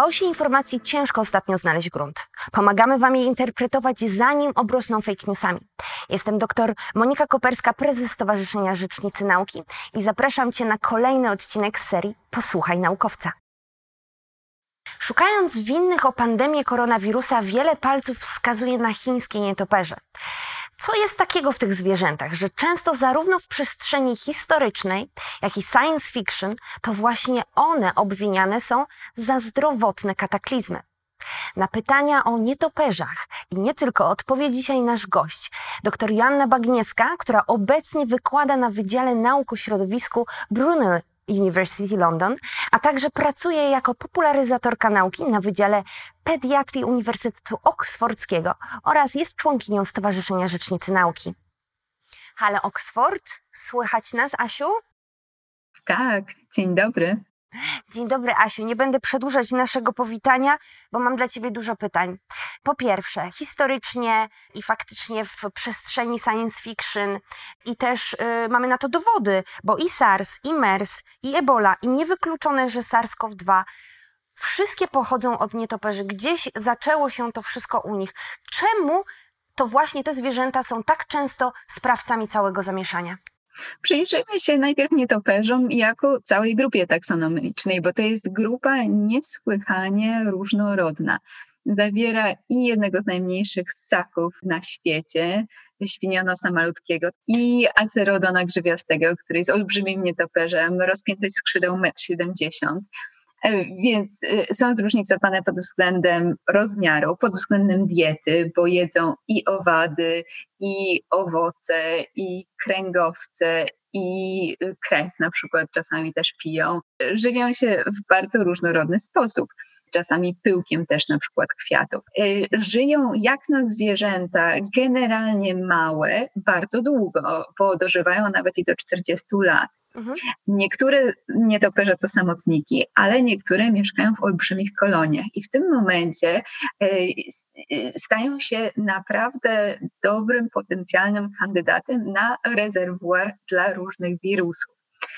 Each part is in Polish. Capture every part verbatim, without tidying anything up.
chaosie informacji ciężko ostatnio znaleźć grunt. Pomagamy Wam je interpretować, zanim obrosną fake newsami. Jestem dr Monika Koperska, prezes Stowarzyszenia Rzecznicy Nauki i zapraszam Cię na kolejny odcinek z serii Posłuchaj Naukowca. Szukając winnych o pandemię koronawirusa, wiele palców wskazuje na chińskie nietoperze. Co jest takiego w tych zwierzętach, że często zarówno w przestrzeni historycznej, jak i science fiction, to właśnie one obwiniane są za zdrowotne kataklizmy? Na pytania o nietoperzach i nie tylko odpowie dzisiaj nasz gość, dr Joanna Bagniewska, która obecnie wykłada na Wydziale Nauk o Środowisku Brunel University London, a także pracuje jako popularyzatorka nauki na Wydziale Pediatrii Uniwersytetu Oksfordzkiego oraz jest członkinią Stowarzyszenia Rzecznicy Nauki. Halo Oxford, słychać nas, Asiu? Tak, dzień dobry. Dzień dobry, Asiu. Nie będę przedłużać naszego powitania, bo mam dla Ciebie dużo pytań. Po pierwsze, historycznie i faktycznie w przestrzeni science fiction i też yy, mamy na to dowody, bo i SARS, i MERS, i Ebola, i niewykluczone, że SARS-CoV dwa, wszystkie pochodzą od nietoperzy. Gdzieś zaczęło się to wszystko u nich. Czemu to właśnie te zwierzęta są tak często sprawcami całego zamieszania? Przyjrzyjmy się najpierw nietoperzom jako całej grupie taksonomicznej, bo to jest grupa niesłychanie różnorodna. Zawiera i jednego z najmniejszych ssaków na świecie, świnionosa malutkiego, i Acerodona grzywiastego, który jest olbrzymim nietoperzem, rozpiętość skrzydeł metr siedemdziesiąt. Więc są zróżnicowane pod względem rozmiaru, pod względem diety, bo jedzą i owady, i owoce, i kręgowce, i krew na przykład czasami też piją. Żywią się w bardzo różnorodny sposób. Czasami pyłkiem też na przykład kwiatów. Żyją jak na zwierzęta generalnie małe bardzo długo, bo dożywają nawet i do czterdziestu lat. Mhm. Niektóre nietoperze to samotniki, ale niektóre mieszkają w olbrzymich koloniach i w tym momencie stają się naprawdę dobrym, potencjalnym kandydatem na rezerwuar dla różnych wirusów.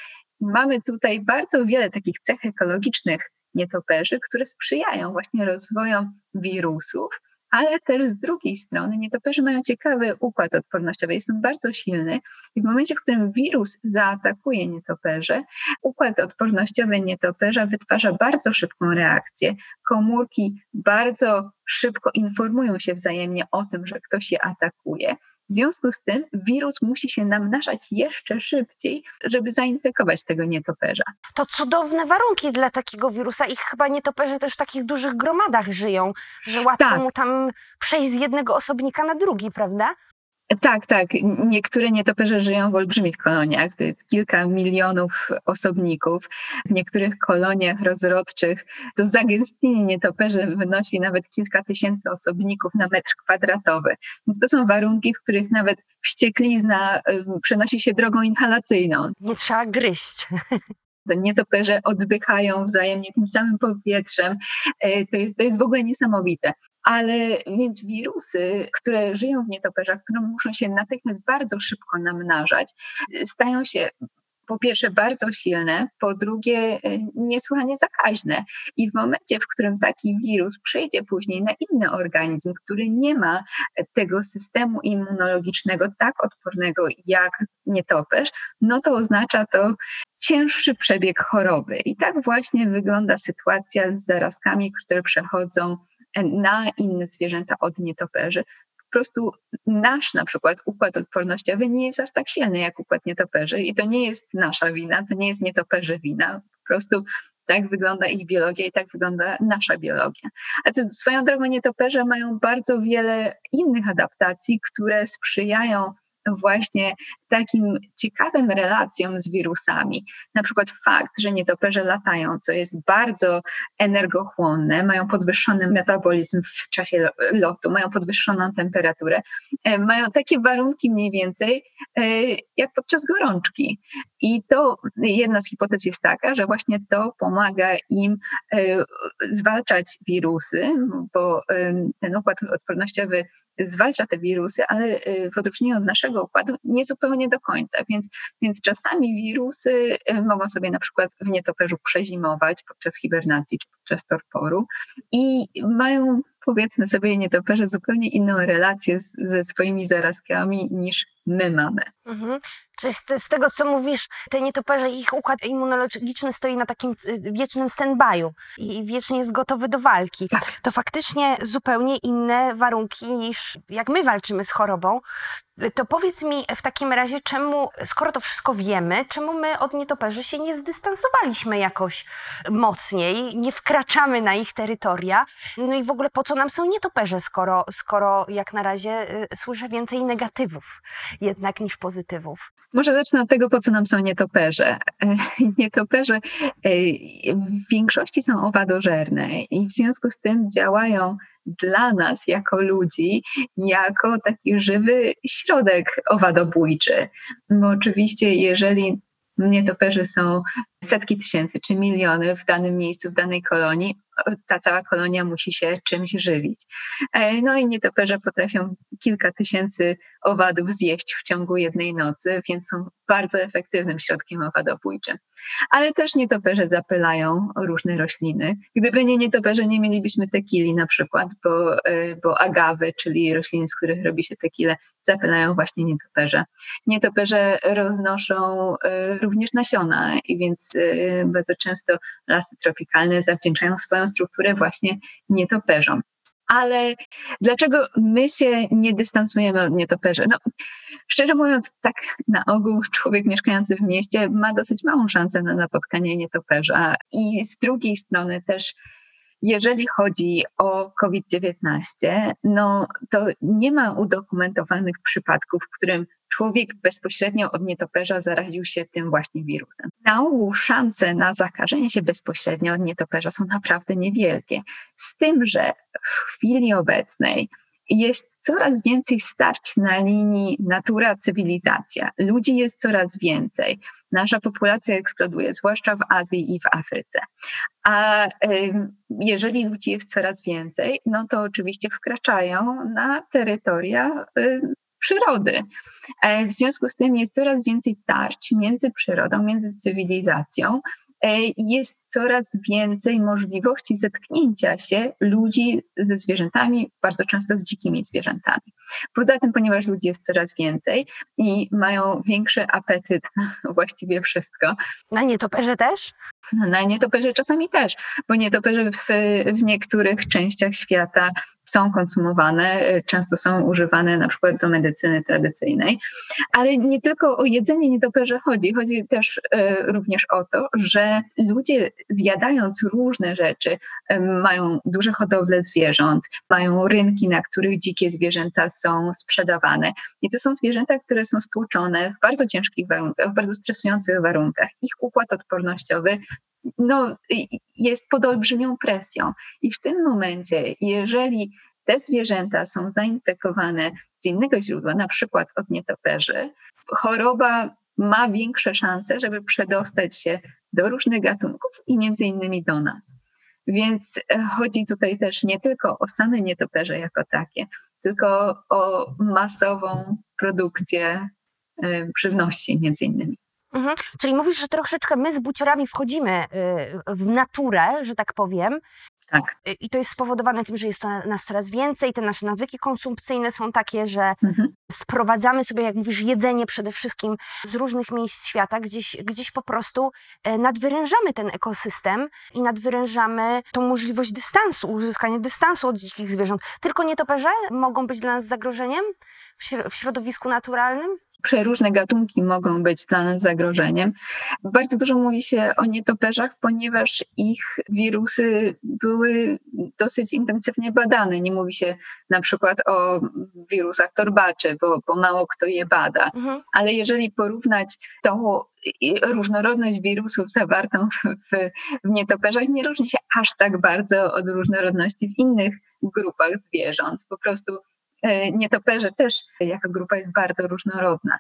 Mamy tutaj bardzo wiele takich cech ekologicznych nietoperzy, które sprzyjają właśnie rozwojom wirusów, ale też z drugiej strony nietoperze mają ciekawy układ odpornościowy, jest on bardzo silny i w momencie, w którym wirus zaatakuje nietoperze, układ odpornościowy nietoperza wytwarza bardzo szybką reakcję. Komórki bardzo szybko informują się wzajemnie o tym, że ktoś je atakuje. W związku z tym wirus musi się namnażać jeszcze szybciej, żeby zainfekować tego nietoperza. To cudowne warunki dla takiego wirusa i chyba nietoperze też w takich dużych gromadach żyją, że łatwo tak. mu tam przejść z jednego osobnika na drugi, prawda? Tak, tak. Niektóre nietoperze żyją w olbrzymich koloniach, to jest kilka milionów osobników. W niektórych koloniach rozrodczych to zagęstnienie nietoperzy wynosi nawet kilka tysięcy osobników na metr kwadratowy. Więc to są warunki, w których nawet wścieklizna przenosi się drogą inhalacyjną. Nie trzeba gryźć. Nietoperze oddychają wzajemnie tym samym powietrzem. To jest, to jest w ogóle niesamowite. Ale więc wirusy, które żyją w nietoperzach, które muszą się natychmiast bardzo szybko namnażać, stają się po pierwsze bardzo silne, po drugie niesłychanie zakaźne. I w momencie, w którym taki wirus przejdzie później na inny organizm, który nie ma tego systemu immunologicznego tak odpornego jak nietoperz, no to oznacza to cięższy przebieg choroby. I tak właśnie wygląda sytuacja z zarazkami, które przechodzą na inne zwierzęta od nietoperzy. Po prostu nasz na przykład układ odpornościowy nie jest aż tak silny jak układ nietoperzy i to nie jest nasza wina, to nie jest nietoperzy wina. Po prostu tak wygląda ich biologia i tak wygląda nasza biologia. A co swoją drogą nietoperze mają bardzo wiele innych adaptacji, które sprzyjają właśnie takim ciekawym relacjom z wirusami. Na przykład fakt, że nietoperze latają, co jest bardzo energochłonne, mają podwyższony metabolizm w czasie lotu, mają podwyższoną temperaturę, mają takie warunki mniej więcej jak podczas gorączki. I to jedna z hipotez jest taka, że właśnie to pomaga im zwalczać wirusy, bo ten układ odpornościowy zwalcza te wirusy, ale w odróżnieniu od naszego układu nie zupełnie do końca. Więc, więc czasami wirusy mogą sobie na przykład w nietoperzu przezimować podczas hibernacji czy podczas torporu i mają, powiedzmy sobie, nietoperze zupełnie inną relację z, ze swoimi zarazkami niż my mamy. Mhm. Czyli z, z tego, co mówisz, te nietoperze, ich układ immunologiczny stoi na takim wiecznym stand-by'u i wiecznie jest gotowy do walki. Tak. To faktycznie zupełnie inne warunki niż jak my walczymy z chorobą. To powiedz mi w takim razie, czemu, skoro to wszystko wiemy, czemu my od nietoperzy się nie zdystansowaliśmy jakoś mocniej, nie wkraczamy na ich terytoria, no i w ogóle po co nam są nietoperze, skoro, skoro jak na razie y, słyszę więcej negatywów jednak niż pozytywów. Może zacznę od tego, po co nam są nietoperze. Nietoperze w większości są owadożerne i w związku z tym działają dla nas jako ludzi jako taki żywy środek owadobójczy. Bo oczywiście jeżeli nietoperzy są setki tysięcy czy miliony w danym miejscu, w danej kolonii, ta cała kolonia musi się czymś żywić. No i nietoperze potrafią kilka tysięcy owadów zjeść w ciągu jednej nocy, więc są bardzo efektywnym środkiem owadobójczym. Ale też nietoperze zapylają różne rośliny. Gdyby nie nietoperze, nie mielibyśmy tekili na przykład, bo, bo agawy, czyli rośliny, z których robi się tekilę, zapylają właśnie nietoperze. Nietoperze roznoszą również nasiona i więc bardzo często lasy tropikalne zawdzięczają swoją strukturę właśnie nietoperzom. Ale dlaczego my się nie dystansujemy od nietoperzy? No, szczerze mówiąc, tak na ogół człowiek mieszkający w mieście ma dosyć małą szansę na napotkanie nietoperza. I z drugiej strony też, jeżeli chodzi o kowid dziewiętnaście, no to nie ma udokumentowanych przypadków, w którym człowiek bezpośrednio od nietoperza zaraził się tym właśnie wirusem. Na ogół szanse na zakażenie się bezpośrednio od nietoperza są naprawdę niewielkie. Z tym, że w chwili obecnej jest coraz więcej starć na linii natura-cywilizacja. Ludzi jest coraz więcej. Nasza populacja eksploduje, zwłaszcza w Azji i w Afryce. A jeżeli ludzi jest coraz więcej, no to oczywiście wkraczają na terytoria przyrody. W związku z tym jest coraz więcej tarć między przyrodą, między cywilizacją. Jest coraz więcej możliwości zetknięcia się ludzi ze zwierzętami, bardzo często z dzikimi zwierzętami. Poza tym, ponieważ ludzi jest coraz więcej i mają większy apetyt na właściwie wszystko. Na nietoperze też? Na nietoperze czasami też, bo nietoperze w, w niektórych częściach świata są konsumowane, często są używane na przykład do medycyny tradycyjnej, ale nie tylko o jedzenie nietoperzy chodzi, chodzi też e, również o to, że ludzie zjadając różne rzeczy, e, mają duże hodowle zwierząt, mają rynki, na których dzikie zwierzęta są sprzedawane i to są zwierzęta, które są stłuczone w bardzo ciężkich warunkach, w bardzo stresujących warunkach. Ich układ odpornościowy no, jest pod olbrzymią presją. I w tym momencie, jeżeli te zwierzęta są zainfekowane z innego źródła, na przykład od nietoperzy, choroba ma większe szanse, żeby przedostać się do różnych gatunków i między innymi do nas. Więc chodzi tutaj też nie tylko o same nietoperze jako takie, tylko o masową produkcję żywności między innymi. Mhm. Czyli mówisz, że troszeczkę my z buciorami wchodzimy w naturę, że tak powiem. Tak. I to jest spowodowane tym, że jest to nas coraz więcej, te nasze nawyki konsumpcyjne są takie, że Mhm. sprowadzamy sobie, jak mówisz, jedzenie przede wszystkim z różnych miejsc świata, gdzieś, gdzieś po prostu nadwyrężamy ten ekosystem i nadwyrężamy tą możliwość dystansu, uzyskania dystansu od dzikich zwierząt. Tylko nietoperze mogą być dla nas zagrożeniem w, śro- w środowisku naturalnym? Przeróżne gatunki mogą być dla nas zagrożeniem. Bardzo dużo mówi się o nietoperzach, ponieważ ich wirusy były dosyć intensywnie badane. Nie mówi się na przykład o wirusach torbaczy, bo, bo mało kto je bada. Mhm. Ale jeżeli porównać tą różnorodność wirusów zawartą w, w nietoperzach, nie różni się aż tak bardzo od różnorodności w innych grupach zwierząt. Po prostu nietoperze też jako grupa jest bardzo różnorodna,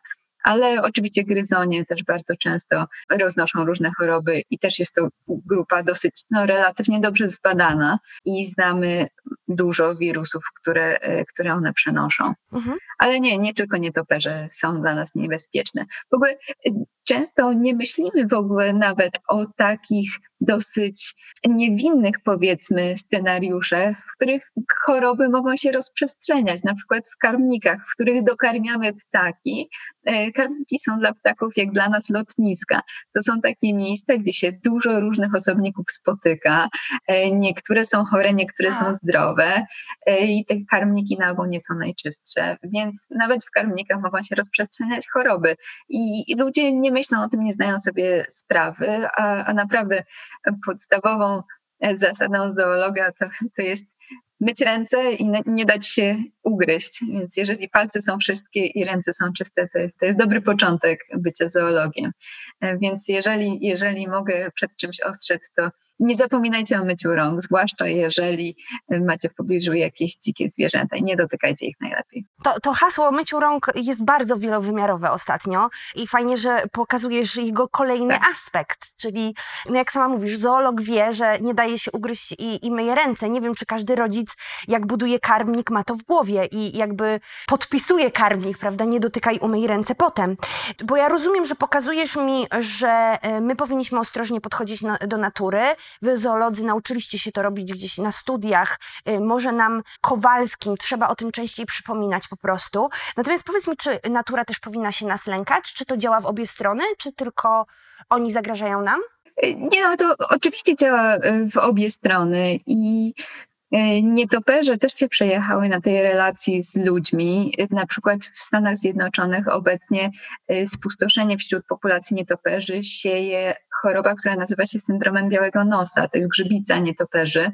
ale oczywiście gryzonie też bardzo często roznoszą różne choroby i też jest to grupa dosyć, no, relatywnie dobrze zbadana i znamy dużo wirusów, które, które one przenoszą. Mhm. Ale nie, nie tylko nietoperze są dla nas niebezpieczne. W ogóle często nie myślimy w ogóle nawet o takich dosyć niewinnych, powiedzmy, scenariuszach, w których choroby mogą się rozprzestrzeniać, na przykład w karmnikach, w których dokarmiamy ptaki. Karmniki są dla ptaków jak dla nas lotniska. To są takie miejsca, gdzie się dużo różnych osobników spotyka. Niektóre są chore, niektóre są zdrowe i te karmniki na ogół nie są najczystsze, więc nawet w karmnikach mogą się rozprzestrzeniać choroby i ludzie nie myślą o tym, nie zdają sobie sprawy, a, a naprawdę podstawową zasadą zoologa to, to jest myć ręce i nie dać się ugryźć. Więc jeżeli palce są wszystkie i ręce są czyste, to jest, to jest dobry początek bycia zoologiem. Więc jeżeli, jeżeli mogę przed czymś ostrzec, to nie zapominajcie o myciu rąk, zwłaszcza jeżeli macie w pobliżu jakieś dzikie zwierzęta i nie dotykajcie ich najlepiej. To, to hasło o myciu rąk jest bardzo wielowymiarowe ostatnio i fajnie, że pokazujesz jego kolejny tak. aspekt, czyli no jak sama mówisz, zoolog wie, że nie daje się ugryźć i, i myje ręce. Nie wiem, czy każdy rodzic, jak buduje karmnik, ma to w głowie i jakby podpisuje karmnik, prawda, nie dotykaj, umyj ręce potem. Bo ja rozumiem, że pokazujesz mi, że my powinniśmy ostrożnie podchodzić na, do natury. Wy, zoolodzy, nauczyliście się to robić gdzieś na studiach. Może nam, Kowalskim, trzeba o tym częściej przypominać po prostu. Natomiast powiedz mi, czy natura też powinna się nas lękać? Czy to działa w obie strony? Czy tylko oni zagrażają nam? Nie, no to oczywiście działa w obie strony i nietoperze też się przejechały na tej relacji z ludźmi. Na przykład w Stanach Zjednoczonych obecnie spustoszenie wśród populacji nietoperzy sieje choroba, która nazywa się syndromem białego nosa. To jest grzybica nietoperzy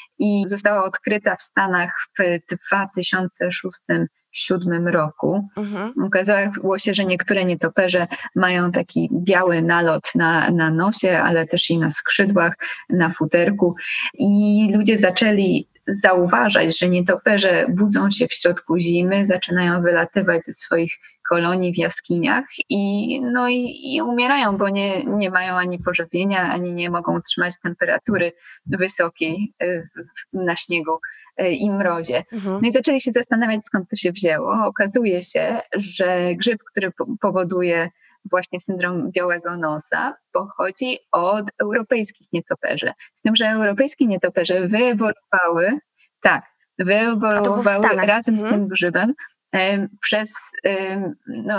i została odkryta w Stanach w dwa tysiące szóstym do dwa tysiące siódmym roku. Mhm. Okazało się, że niektóre nietoperze mają taki biały nalot na, na nosie, ale też i na skrzydłach, na futerku i ludzie zaczęli zauważać, że nietoperze budzą się w środku zimy, zaczynają wylatywać ze swoich kolonii w jaskiniach i, no i, i umierają, bo nie, nie mają ani pożywienia, ani nie mogą utrzymać temperatury wysokiej na śniegu i mrozie. Mhm. No i zaczęli się zastanawiać, skąd to się wzięło. Okazuje się, że grzyb, który powoduje właśnie syndrom białego nosa, pochodzi od europejskich nietoperzy. Z tym, że europejskie nietoperze wyewoluowały, tak, wyewoluowały razem z tym grzybem um, przez um, no,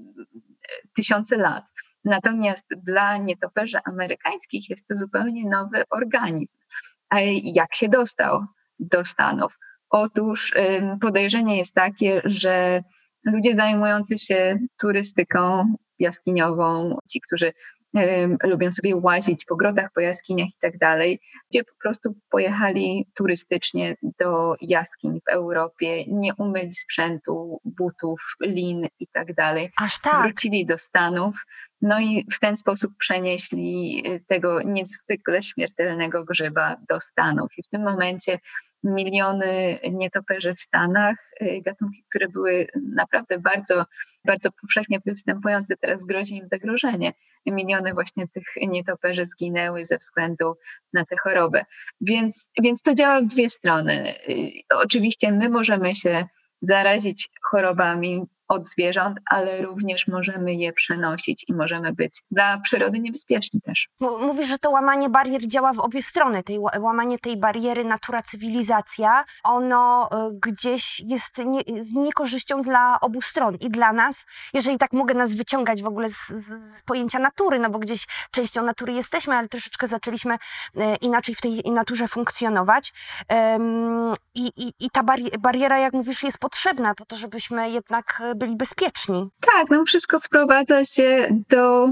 tysiące lat. Natomiast dla nietoperzy amerykańskich jest to zupełnie nowy organizm. A jak się dostał do Stanów? Otóż um, podejrzenie jest takie, że ludzie zajmujący się turystyką jaskiniową, ci, którzy um, lubią sobie łazić po grotach, po jaskiniach i tak dalej, gdzie po prostu pojechali turystycznie do jaskiń w Europie, nie umyli sprzętu, butów, lin i tak dalej. Aż tak. Wrócili do Stanów, no i w ten sposób przenieśli tego niezwykle śmiertelnego grzyba do Stanów. I w tym momencie miliony nietoperzy w Stanach, gatunki, które były naprawdę bardzo, bardzo powszechnie występujące, teraz grozi im zagrożenie. Miliony właśnie tych nietoperzy zginęły ze względu na tę chorobę. Więc, więc to działa w dwie strony. Oczywiście my możemy się zarazić chorobami od zwierząt, ale również możemy je przenosić i możemy być dla przyrody niebezpieczni też. Mówisz, że to łamanie barier działa w obie strony. Tej, łamanie tej bariery natura-cywilizacja, ono y, gdzieś jest nie, z niekorzyścią dla obu stron i dla nas, jeżeli tak mogę nas wyciągać w ogóle z, z, z pojęcia natury, no bo gdzieś częścią natury jesteśmy, ale troszeczkę zaczęliśmy y, inaczej w tej naturze funkcjonować. Ym, i, i, I ta bari- bariera, jak mówisz, jest potrzebna po to, żebyśmy jednak byli bezpieczni. Tak, no wszystko sprowadza się do,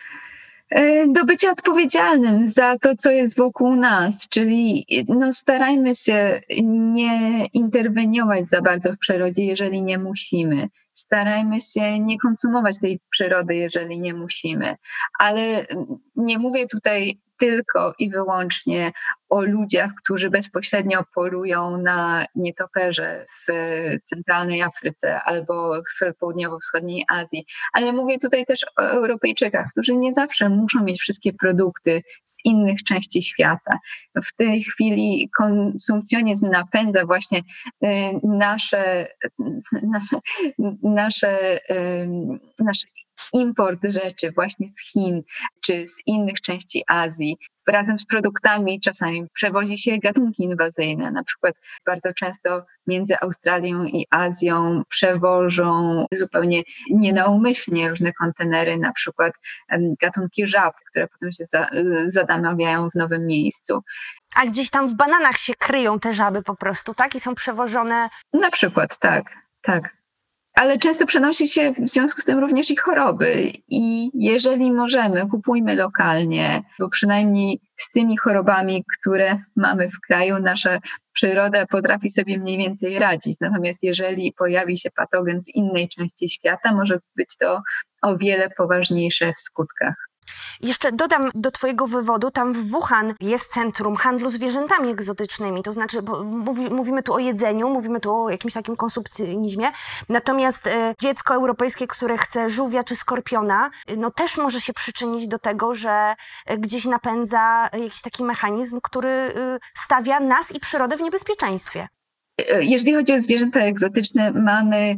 do bycia odpowiedzialnym za to, co jest wokół nas, czyli no starajmy się nie interweniować za bardzo w przyrodzie, jeżeli nie musimy. Starajmy się nie konsumować tej przyrody, jeżeli nie musimy. Ale nie mówię tutaj tylko i wyłącznie o ludziach, którzy bezpośrednio polują na nietoperze w centralnej Afryce albo w południowo-wschodniej Azji. Ale mówię tutaj też o Europejczykach, którzy nie zawsze muszą mieć wszystkie produkty z innych części świata. W tej chwili konsumpcjonizm napędza właśnie y, nasze, nasze, nasze, y, nasz import rzeczy właśnie z Chin czy z innych części Azji. Razem z produktami czasami przewozi się gatunki inwazyjne. Na przykład bardzo często między Australią i Azją przewożą zupełnie nienaumyślnie różne kontenery, na przykład gatunki żab, które potem się za, zadamawiają w nowym miejscu. A gdzieś tam w bananach się kryją te żaby po prostu, tak? I są przewożone... Na przykład, tak, tak. Ale często przenosi się w związku z tym również i choroby. I jeżeli możemy, kupujmy lokalnie, bo przynajmniej z tymi chorobami, które mamy w kraju, nasza przyroda potrafi sobie mniej więcej radzić. Natomiast jeżeli pojawi się patogen z innej części świata, może być to o wiele poważniejsze w skutkach. Jeszcze dodam do twojego wywodu, tam w Wuhan jest centrum handlu zwierzętami egzotycznymi, to znaczy bo mówi, mówimy tu o jedzeniu, mówimy tu o jakimś takim konsumpcjonizmie, natomiast e, dziecko europejskie, które chce żółwia czy skorpiona, no też może się przyczynić do tego, że e, gdzieś napędza jakiś taki mechanizm, który e, stawia nas i przyrodę w niebezpieczeństwie. Jeżeli chodzi o zwierzęta egzotyczne, mamy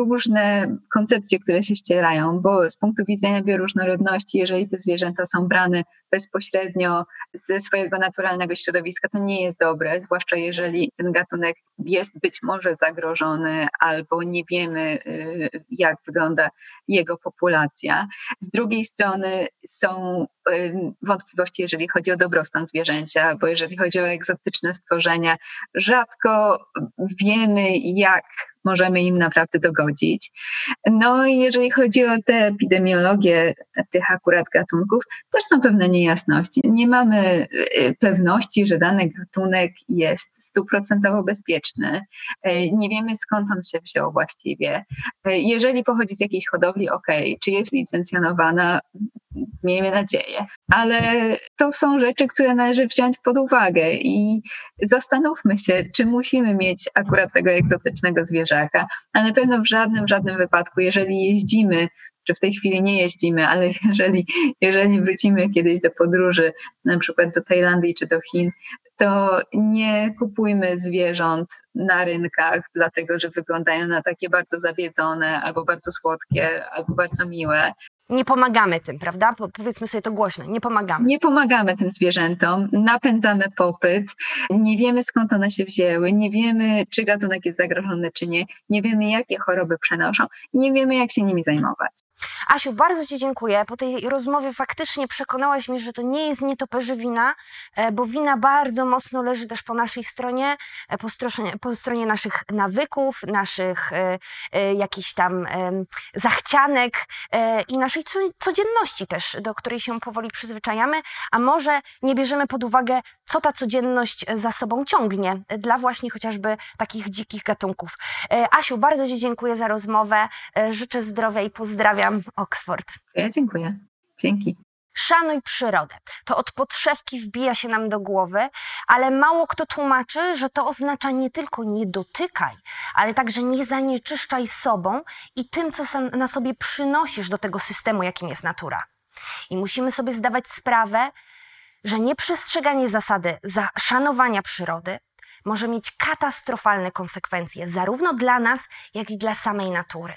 różne koncepcje, które się ścierają, bo z punktu widzenia bioróżnorodności, jeżeli te zwierzęta są brane bezpośrednio ze swojego naturalnego środowiska, to nie jest dobre, zwłaszcza jeżeli ten gatunek jest być może zagrożony albo nie wiemy, jak wygląda jego populacja. Z drugiej strony są wątpliwości, jeżeli chodzi o dobrostan zwierzęcia, bo jeżeli chodzi o egzotyczne stworzenia, rzadko wiemy, jak możemy im naprawdę dogodzić. No i jeżeli chodzi o tę epidemiologię tych akurat gatunków, też są pewne niejasności. Nie mamy pewności, że dany gatunek jest stuprocentowo bezpieczny. Nie wiemy, skąd on się wziął właściwie. Jeżeli pochodzi z jakiejś hodowli, okej, czy jest licencjonowana, miejmy nadzieję. Ale to są rzeczy, które należy wziąć pod uwagę i zastanówmy się, czy musimy mieć akurat tego egzotycznego zwierzaka, a na pewno w żadnym, w żadnym wypadku, jeżeli jeździmy, czy w tej chwili nie jeździmy, ale jeżeli, jeżeli wrócimy kiedyś do podróży, na przykład do Tajlandii czy do Chin, to nie kupujmy zwierząt na rynkach, dlatego że wyglądają na takie bardzo zabiedzone, albo bardzo słodkie, albo bardzo miłe. Nie pomagamy tym, prawda? Powiedzmy sobie to głośno, nie pomagamy. Nie pomagamy tym zwierzętom, napędzamy popyt, nie wiemy, skąd one się wzięły, nie wiemy, czy gatunek jest zagrożony, czy nie, nie wiemy, jakie choroby przenoszą i nie wiemy, jak się nimi zajmować. Asiu, bardzo ci dziękuję. Po tej rozmowie faktycznie przekonałaś mnie, że to nie jest nietoperzy wina, bo wina bardzo mocno leży też po naszej stronie, po stronie, po stronie naszych nawyków, naszych e, e, jakichś tam e, zachcianek e, i naszej codzienności też, do której się powoli przyzwyczajamy, a może nie bierzemy pod uwagę, co ta codzienność za sobą ciągnie dla właśnie chociażby takich dzikich gatunków. E, Asiu, bardzo ci dziękuję za rozmowę, e, życzę zdrowia i pozdrawiam Oxford. Ja dziękuję. Dzięki. Szanuj przyrodę. To od podszewki wbija się nam do głowy, ale mało kto tłumaczy, że to oznacza nie tylko nie dotykaj, ale także nie zanieczyszczaj sobą i tym, co na sobie przynosisz do tego systemu, jakim jest natura. I musimy sobie zdawać sprawę, że nieprzestrzeganie zasady szanowania przyrody może mieć katastrofalne konsekwencje zarówno dla nas, jak i dla samej natury.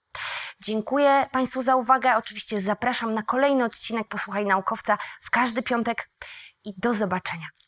Dziękuję Państwu za uwagę. Oczywiście zapraszam na kolejny odcinek Posłuchaj Naukowca w każdy piątek i do zobaczenia.